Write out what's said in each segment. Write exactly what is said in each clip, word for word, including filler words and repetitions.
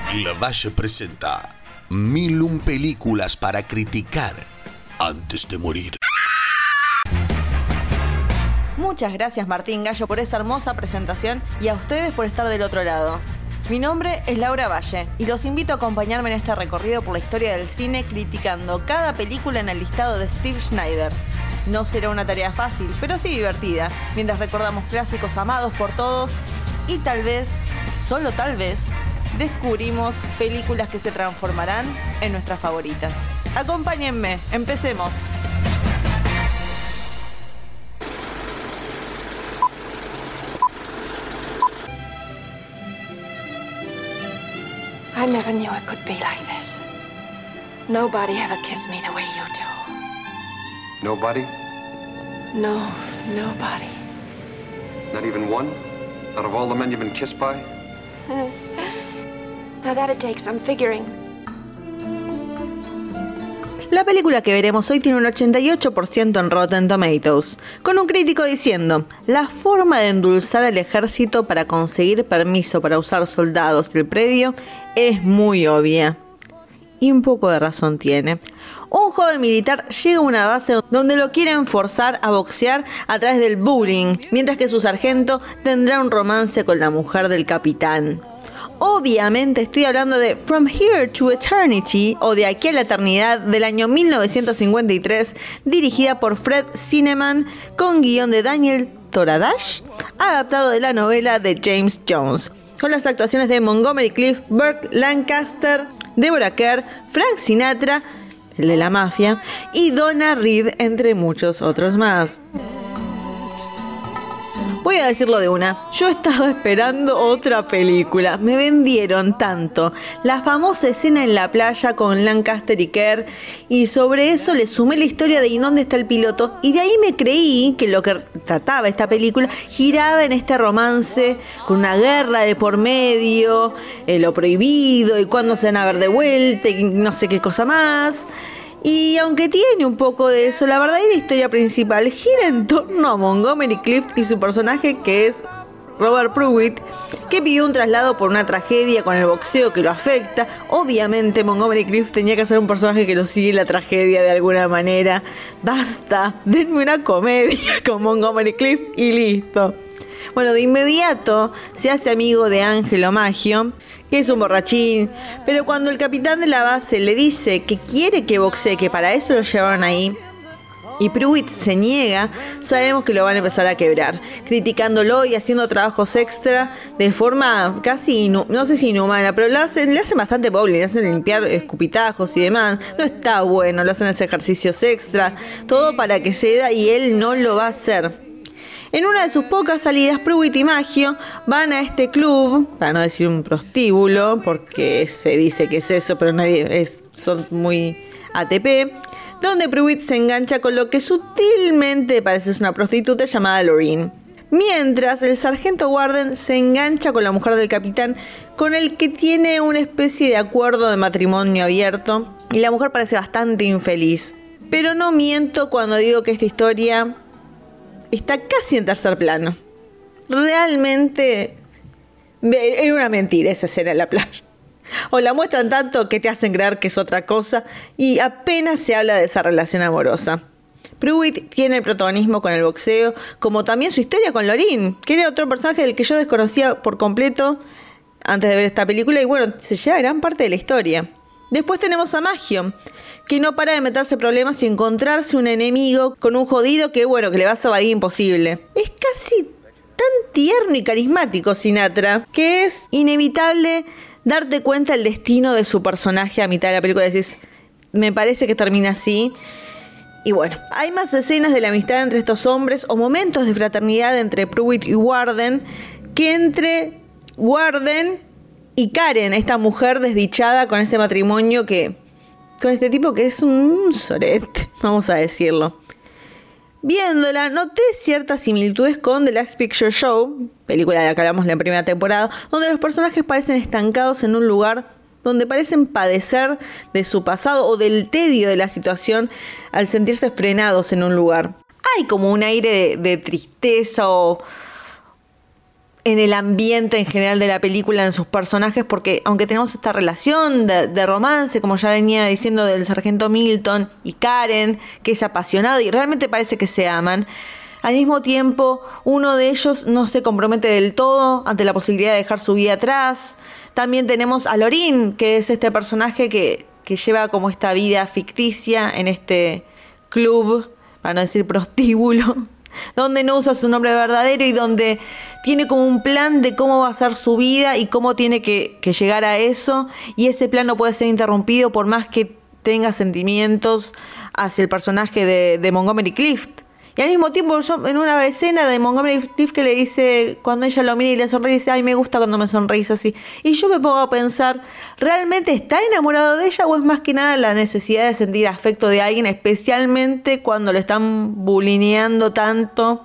Lavalle presenta Mil un películas para criticar antes de morir. Muchas gracias Martín Gallo por esta hermosa presentación y a ustedes por estar del otro lado. Mi nombre es Laura Valle y los invito a acompañarme en este recorrido por la historia del cine criticando cada película en el listado de Steve Schneider. No será una tarea fácil, pero sí divertida, mientras recordamos clásicos amados por todos y tal vez, solo tal vez, descubrimos películas que se transformarán en nuestras favoritas. Acompáñenme, empecemos. I never knew it could be like this. Nobody ever kissed me the way you do. Nobody? No, nobody. Not even one? Out of all the men you've been kissed by? Now that it takes some figuring. La película que veremos hoy tiene un ochenta y ocho por ciento en Rotten Tomatoes, con un crítico diciendo: la forma de endulzar al ejército para conseguir permiso para usar soldados del predio es muy obvia. Y un poco de razón tiene. Un joven militar llega a una base donde lo quieren forzar a boxear a través del bullying, mientras que su sargento tendrá un romance con la mujer del capitán. Obviamente estoy hablando de From Here to Eternity, o De aquí a la eternidad, del año mil novecientos cincuenta y tres, dirigida por Fred Zinnemann, con guión de Daniel Toradas, adaptado de la novela de James Jones, con las actuaciones de Montgomery Clift, Burt Lancaster, Deborah Kerr, Frank Sinatra, el de la mafia, y Donna Reed, entre muchos otros más. Voy a decirlo de una, yo estaba esperando otra película, me vendieron tanto la famosa escena en la playa con Lancaster y Kerr, y sobre eso le sumé la historia de ¿y dónde está el piloto? Y de ahí me creí que lo que trataba esta película giraba en este romance con una guerra de por medio, eh, lo prohibido y cuándo se van a ver de vuelta y no sé qué cosa más. Y aunque tiene un poco de eso, la verdadera historia principal gira en torno a Montgomery Clift y su personaje, que es Robert Pruitt, que pidió un traslado por una tragedia con el boxeo que lo afecta. Obviamente Montgomery Clift tenía que ser un personaje que lo sigue la tragedia de alguna manera. Basta, denme una comedia con Montgomery Clift y listo. Bueno, de inmediato se hace amigo de Angelo Maggio, que es un borrachín, pero cuando el capitán de la base le dice que quiere que boxee, que para eso lo llevaron ahí, y Pruitt se niega, sabemos que lo van a empezar a quebrar, criticándolo y haciendo trabajos extra de forma casi, inu- no sé si inhumana, pero le hacen, le hacen bastante bowling, le hacen limpiar escupitajos y demás. No está bueno, le hacen esos ejercicios extra, todo para que ceda y él no lo va a hacer. En una de sus pocas salidas, Pruitt y Maggio van a este club, para no decir un prostíbulo, porque se dice que es eso, pero nadie es, son muy A T P, donde Pruitt se engancha con lo que sutilmente parece ser una prostituta llamada Lorraine. Mientras el sargento Warden se engancha con la mujer del capitán, con el que tiene una especie de acuerdo de matrimonio abierto, y la mujer parece bastante infeliz. Pero no miento cuando digo que esta historia está casi en tercer plano. Realmente era una mentira esa escena en la playa. O la muestran tanto que te hacen creer que es otra cosa y apenas se habla de esa relación amorosa. Pruitt tiene el protagonismo con el boxeo, como también su historia con Lorraine, que era otro personaje del que yo desconocía por completo antes de ver esta película, y bueno, se lleva gran parte de la historia. Después tenemos a Maggio, que no para de meterse problemas y encontrarse un enemigo con un jodido que, bueno, que le va a hacer la vida imposible. Es casi tan tierno y carismático Sinatra, que es inevitable darte cuenta del destino de su personaje a mitad de la película. Decís, me parece que termina así. Y bueno, hay más escenas de la amistad entre estos hombres o momentos de fraternidad entre Pruitt y Warden que entre Warden y Karen, esta mujer desdichada con ese matrimonio que... con este tipo que es un sorete, vamos a decirlo. Viéndola, noté ciertas similitudes con The Last Picture Show, película de la que hablamos en la primera temporada, donde los personajes parecen estancados en un lugar donde parecen padecer de su pasado o del tedio de la situación al sentirse frenados en un lugar. Hay como un aire de, de tristeza o... en el ambiente en general de la película, en sus personajes, porque aunque tenemos esta relación de, de romance, como ya venía diciendo, del sargento Milton y Karen, que es apasionado y realmente parece que se aman, al mismo tiempo uno de ellos no se compromete del todo ante la posibilidad de dejar su vida atrás. También tenemos a Lorin, que es este personaje que, que lleva como esta vida ficticia en este club, para no decir prostíbulo, donde no usa su nombre verdadero y donde tiene como un plan de cómo va a ser su vida y cómo tiene que, que llegar a eso, y ese plan no puede ser interrumpido por más que tenga sentimientos hacia el personaje de, de Montgomery Clift. Y al mismo tiempo, yo en una escena de Montgomery Clift que le dice, cuando ella lo mira y le sonríe, dice, ay, me gusta cuando me sonreís así. Y yo me pongo a pensar, ¿realmente está enamorado de ella o es más que nada la necesidad de sentir afecto de alguien, especialmente cuando lo están bulineando tanto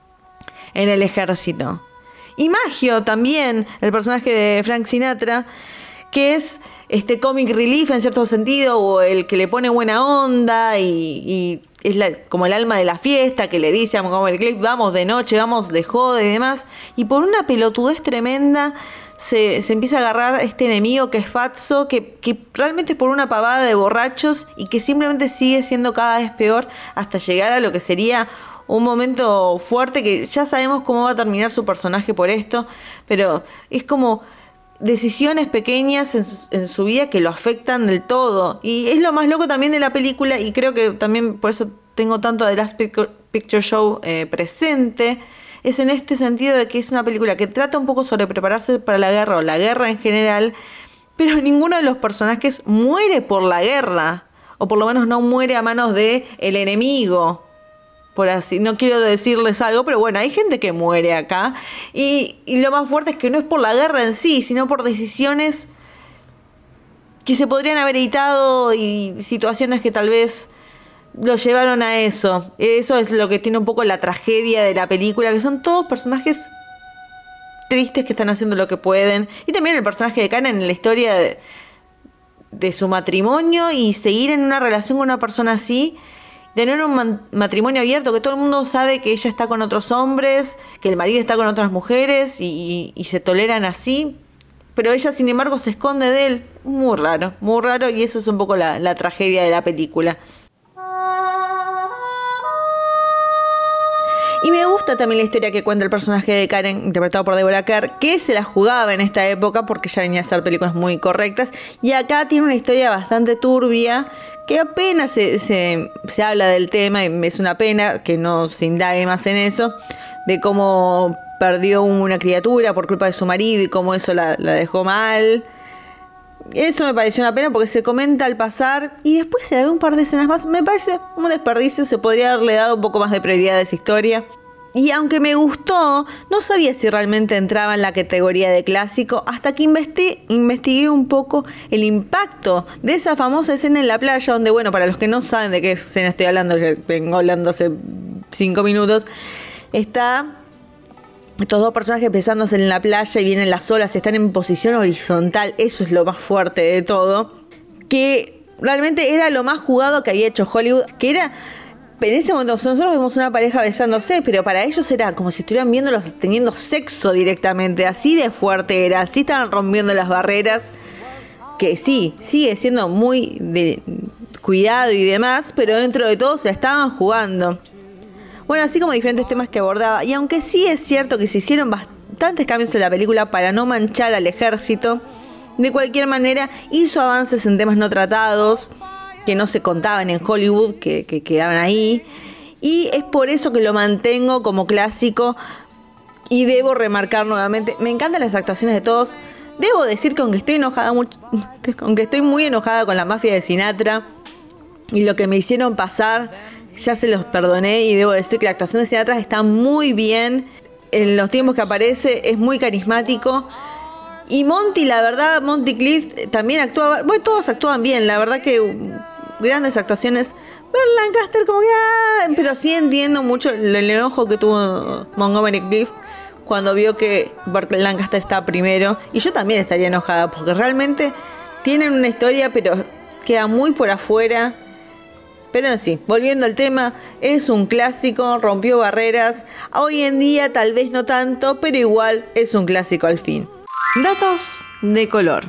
en el ejército? Y Maggio también, el personaje de Frank Sinatra, que es este comic relief en cierto sentido, o el que le pone buena onda y... y es la, como el alma de la fiesta, que le dice a Montgomery Clift, vamos de noche, vamos de joda y demás. Y por una pelotudez tremenda se, se empieza a agarrar este enemigo que es Fatso, que, que realmente es por una pavada de borrachos y que simplemente sigue siendo cada vez peor hasta llegar a lo que sería un momento fuerte, que ya sabemos cómo va a terminar su personaje por esto, pero es como decisiones pequeñas en su, en su vida que lo afectan del todo. Y es lo más loco también de la película, y creo que también por eso tengo tanto The Last Picture Show eh, presente, es en este sentido de que es una película que trata un poco sobre prepararse para la guerra o la guerra en general, pero ninguno de los personajes muere por la guerra, o por lo menos no muere a manos de el enemigo. Por así, no quiero decirles algo, pero bueno, hay gente que muere acá. Y, y lo más fuerte es que no es por la guerra en sí, sino por decisiones que se podrían haber evitado y situaciones que tal vez lo llevaron a eso. Eso es lo que tiene un poco la tragedia de la película, que son todos personajes tristes que están haciendo lo que pueden. Y también el personaje de Karen en la historia de, de su matrimonio y seguir en una relación con una persona así. Tener un man- matrimonio abierto, que todo el mundo sabe que ella está con otros hombres, que el marido está con otras mujeres y, y, y se toleran así, pero ella sin embargo se esconde de él. Muy raro, muy raro, y eso es un poco la, la tragedia de la película. Y me gusta también la historia que cuenta el personaje de Karen, interpretado por Deborah Kerr, que se la jugaba en esta época porque ya venía a hacer películas muy correctas. Y acá tiene una historia bastante turbia, que apenas se, se, se habla del tema, y es una pena que no se indague más en eso, de cómo perdió una criatura por culpa de su marido y cómo eso la, la dejó mal. Eso me pareció una pena porque se comenta al pasar y después se le ve un par de escenas más. Me parece un desperdicio, se podría haberle dado un poco más de prioridad a esa historia. Y aunque me gustó, no sabía si realmente entraba en la categoría de clásico hasta que investigué, investigué un poco el impacto de esa famosa escena en la playa, donde, bueno, para los que no saben de qué escena estoy hablando, que vengo hablando hace cinco minutos, está estos dos personajes besándose en la playa y vienen las olas, están en posición horizontal. Eso es lo más fuerte de todo, que realmente era lo más jugado que había hecho Hollywood, que era, en ese momento nosotros vemos una pareja besándose, pero para ellos era como si estuvieran viéndolos teniendo sexo directamente, así de fuerte era, así estaban rompiendo las barreras, que sí, sigue siendo muy de cuidado y demás, pero dentro de todo se la estaban jugando. Bueno, así como diferentes temas que abordaba. Y aunque sí es cierto que se hicieron bastantes cambios en la película para no manchar al ejército, de cualquier manera hizo avances en temas no tratados, que no se contaban en Hollywood, que, que quedaban ahí. Y es por eso que lo mantengo como clásico. Y debo remarcar nuevamente, me encantan las actuaciones de todos. Debo decir que aunque estoy enojada mucho, aunque estoy muy enojada con la mafia de Sinatra y lo que me hicieron pasar, ya se los perdoné, y debo decir que la actuación de Sinatra está muy bien. En los tiempos que aparece es muy carismático. Y Monty, la verdad, Monty Clift también actuaba, bueno, todos actúan bien, la verdad que grandes actuaciones. Burt Lancaster como que, ah, pero sí entiendo mucho el, el enojo que tuvo Montgomery Clift cuando vio que Burt Lancaster está primero. Y yo también estaría enojada, porque realmente tienen una historia, pero queda muy por afuera. Pero en sí, volviendo al tema, es un clásico, rompió barreras. Hoy en día tal vez no tanto, pero igual es un clásico al fin. Datos de color.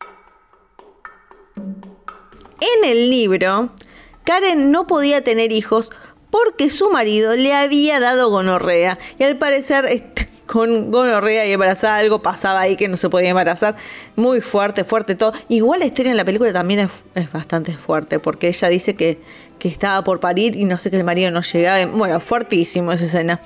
En el libro, Karen no podía tener hijos porque su marido le había dado gonorrea. Y al parecer, con gonorrea y embarazada, algo pasaba ahí que no se podía embarazar. Muy fuerte, fuerte todo. Igual la historia en la película también es, es bastante fuerte, porque ella dice que, que estaba por parir y no sé, que el marido no llegaba. Bueno, fuertísimo esa escena.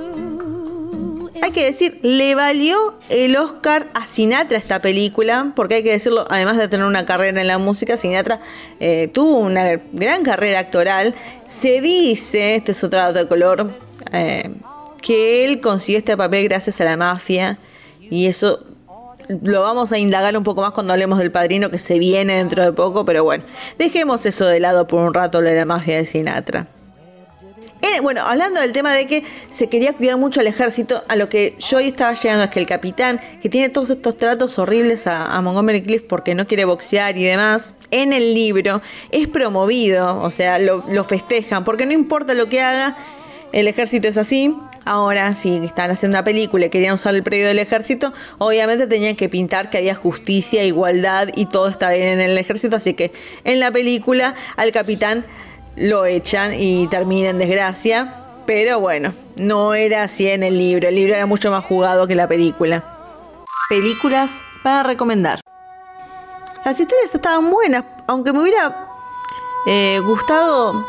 Hay que decir, le valió el Oscar a Sinatra esta película, porque hay que decirlo, además de tener una carrera en la música, Sinatra eh, tuvo una gran carrera actoral. Se dice, este es otro dato de color, eh, que él consiguió este papel gracias a la mafia, y eso lo vamos a indagar un poco más cuando hablemos del Padrino, que se viene dentro de poco, pero bueno, dejemos eso de lado por un rato, lo de la mafia de Sinatra. Eh, bueno, hablando del tema de que se quería cuidar mucho al ejército, a lo que yo hoy estaba llegando es que el capitán, que tiene todos estos tratos horribles a, a Montgomery Clift porque no quiere boxear y demás, en el libro es promovido, o sea, lo, lo festejan, porque no importa lo que haga, el ejército es así. Ahora, si están haciendo una película y querían usar el predio del ejército, obviamente tenían que pintar que había justicia, igualdad y todo está bien en el ejército, así que en la película al capitán lo echan y termina en desgracia, pero bueno, no era así en el libro. El libro era mucho más jugado que la película. Películas para recomendar. Las historias estaban buenas, aunque me hubiera eh, gustado.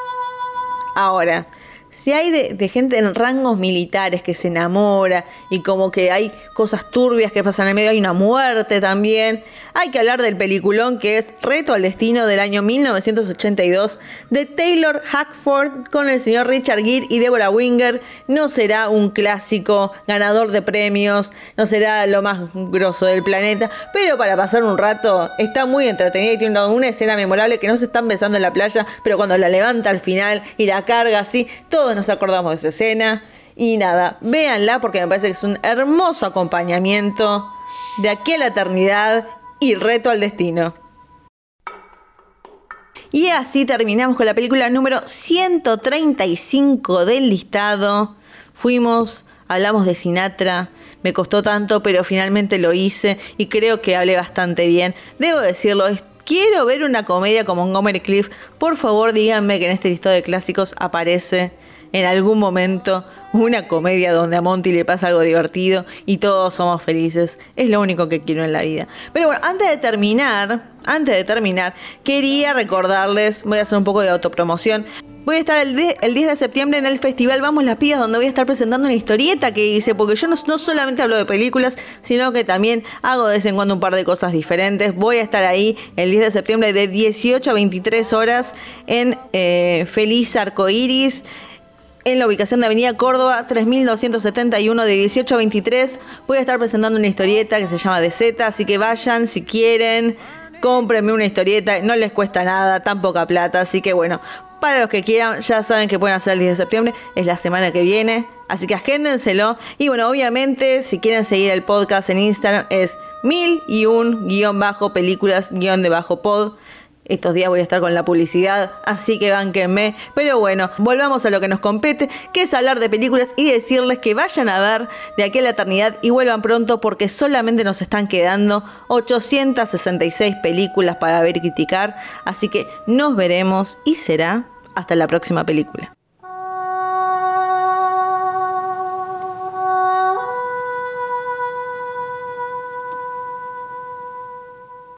Ahora, si hay de, de gente en rangos militares que se enamora y como que hay cosas turbias que pasan en el medio, hay una muerte también, hay que hablar del peliculón que es Reto al Destino del año mil novecientos ochenta y dos de Taylor Hackford con el señor Richard Gere y Deborah Winger. No será un clásico ganador de premios, no será lo más grosso del planeta, pero para pasar un rato está muy entretenida y tiene una, una escena memorable que no se están besando en la playa, pero cuando la levanta al final y la carga así, todo todos nos acordamos de esa escena. Y nada, véanla porque me parece que es un hermoso acompañamiento de Aquí a la Eternidad y Reto al Destino. Y así terminamos con la película número ciento treinta y cinco del listado. Fuimos, hablamos de Sinatra, me costó tanto, pero finalmente lo hice y creo que hablé bastante bien. Debo decirlo, es quiero ver una comedia como Montgomery Clift. Por favor, díganme que en este listado de clásicos aparece en algún momento una comedia donde a Monty le pasa algo divertido y todos somos felices. Es lo único que quiero en la vida. Pero bueno, antes de terminar, antes de terminar, quería recordarles, voy a hacer un poco de autopromoción. Voy a estar el, de, el diez de septiembre en el festival Vamos las Pibas, donde voy a estar presentando una historieta que hice, porque yo no, no solamente hablo de películas, sino que también hago de vez en cuando un par de cosas diferentes. Voy a estar ahí el diez de septiembre de dieciocho a veintitrés horas en eh, Feliz Arcoiris, en la ubicación de Avenida Córdoba tres mil doscientos setenta y uno, de dieciocho a veintitrés. Voy a estar presentando una historieta que se llama De Z, así que vayan si quieren, cómprenme una historieta, no les cuesta nada, tan poca plata, así que bueno, para los que quieran, ya saben que pueden hacer el diez de septiembre, es la semana que viene, así que agéndenselo. Y bueno, obviamente, si quieren seguir el podcast en Instagram, es mil y un guión bajo películas guión de bajo pod. Estos días voy a estar con la publicidad, así que bánquenme. Pero bueno, volvamos a lo que nos compete, que es hablar de películas y decirles que vayan a ver De Aquí a la Eternidad y vuelvan pronto, porque solamente nos están quedando ochocientas sesenta y seis películas para ver y criticar. Así que nos veremos y será hasta la próxima película.